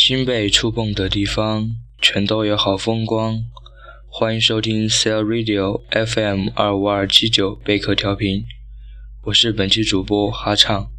心被触碰的地方，全都有好风光。欢迎收听 Cell Radio FM 25279贝壳调频，我是本期主播哈畅。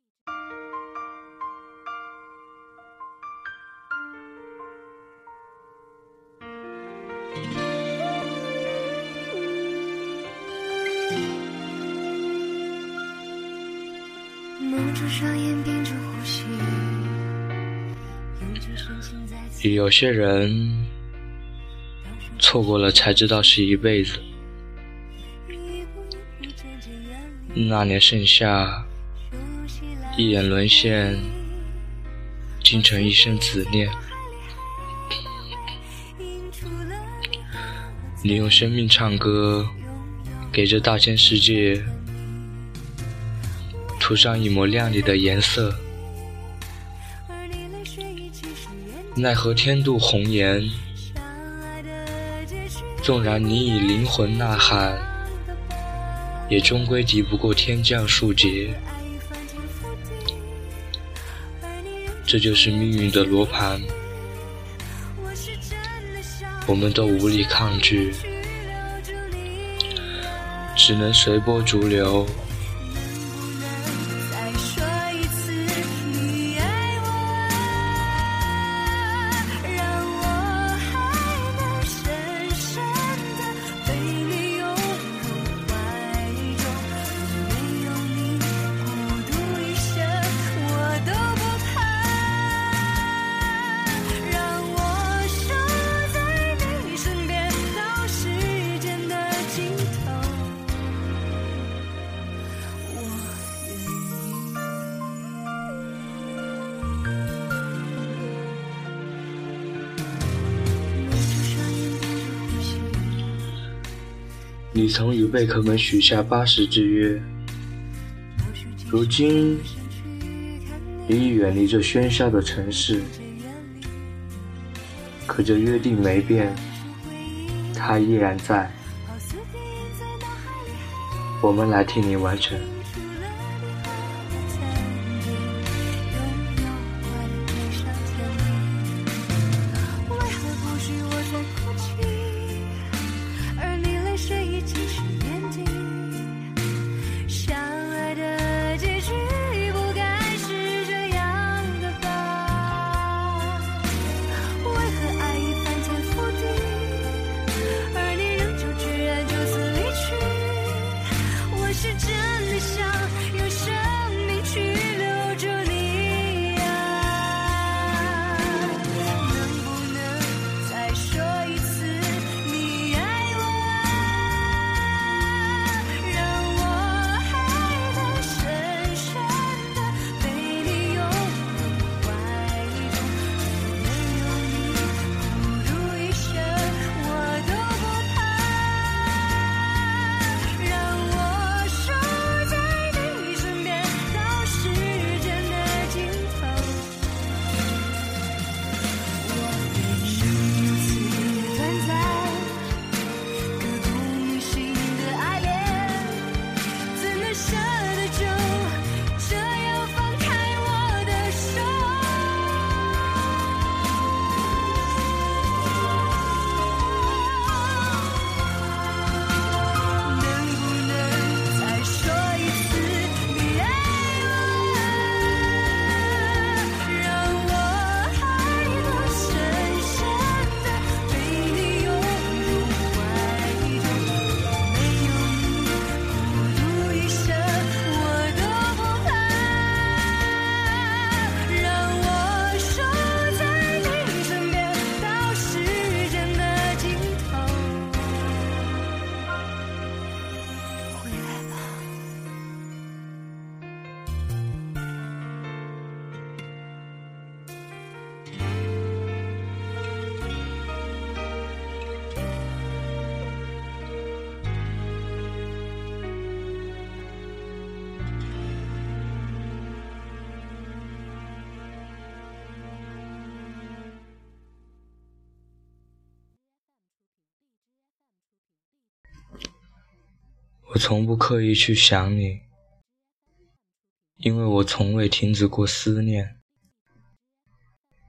有些人错过了才知道是一辈子。那年盛夏，一眼沦陷，竟成一生执念。你用生命唱歌，给这大千世界涂上一抹亮丽的颜色。奈何天妒红颜，纵然你以灵魂呐喊，也终归敌不过天降数劫。这就是命运的罗盘，我们都无力抗拒，只能随波逐流。你曾与贝壳们许下80之约，如今你已远离这喧嚣的城市，可这约定没变，它依然在。我们来替你完成。我从不刻意去想你，因为我从未停止过思念。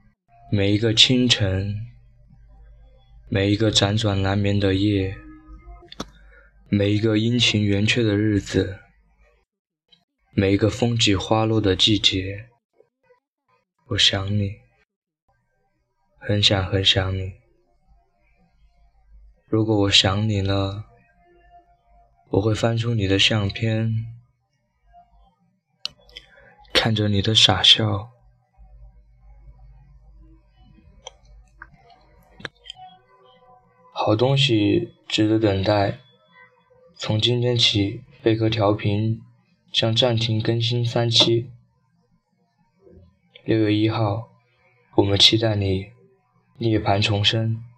每一个清晨，每一个辗转难眠的夜，每一个阴晴圆缺的日子，每一个风起花落的季节，我想你，很想很想你。如果我想你了，我会翻出你的相片，看着你的傻笑。好东西值得等待。从今天起，贝壳调频将暂停更新3期。6月1号，我们期待你涅槃重生。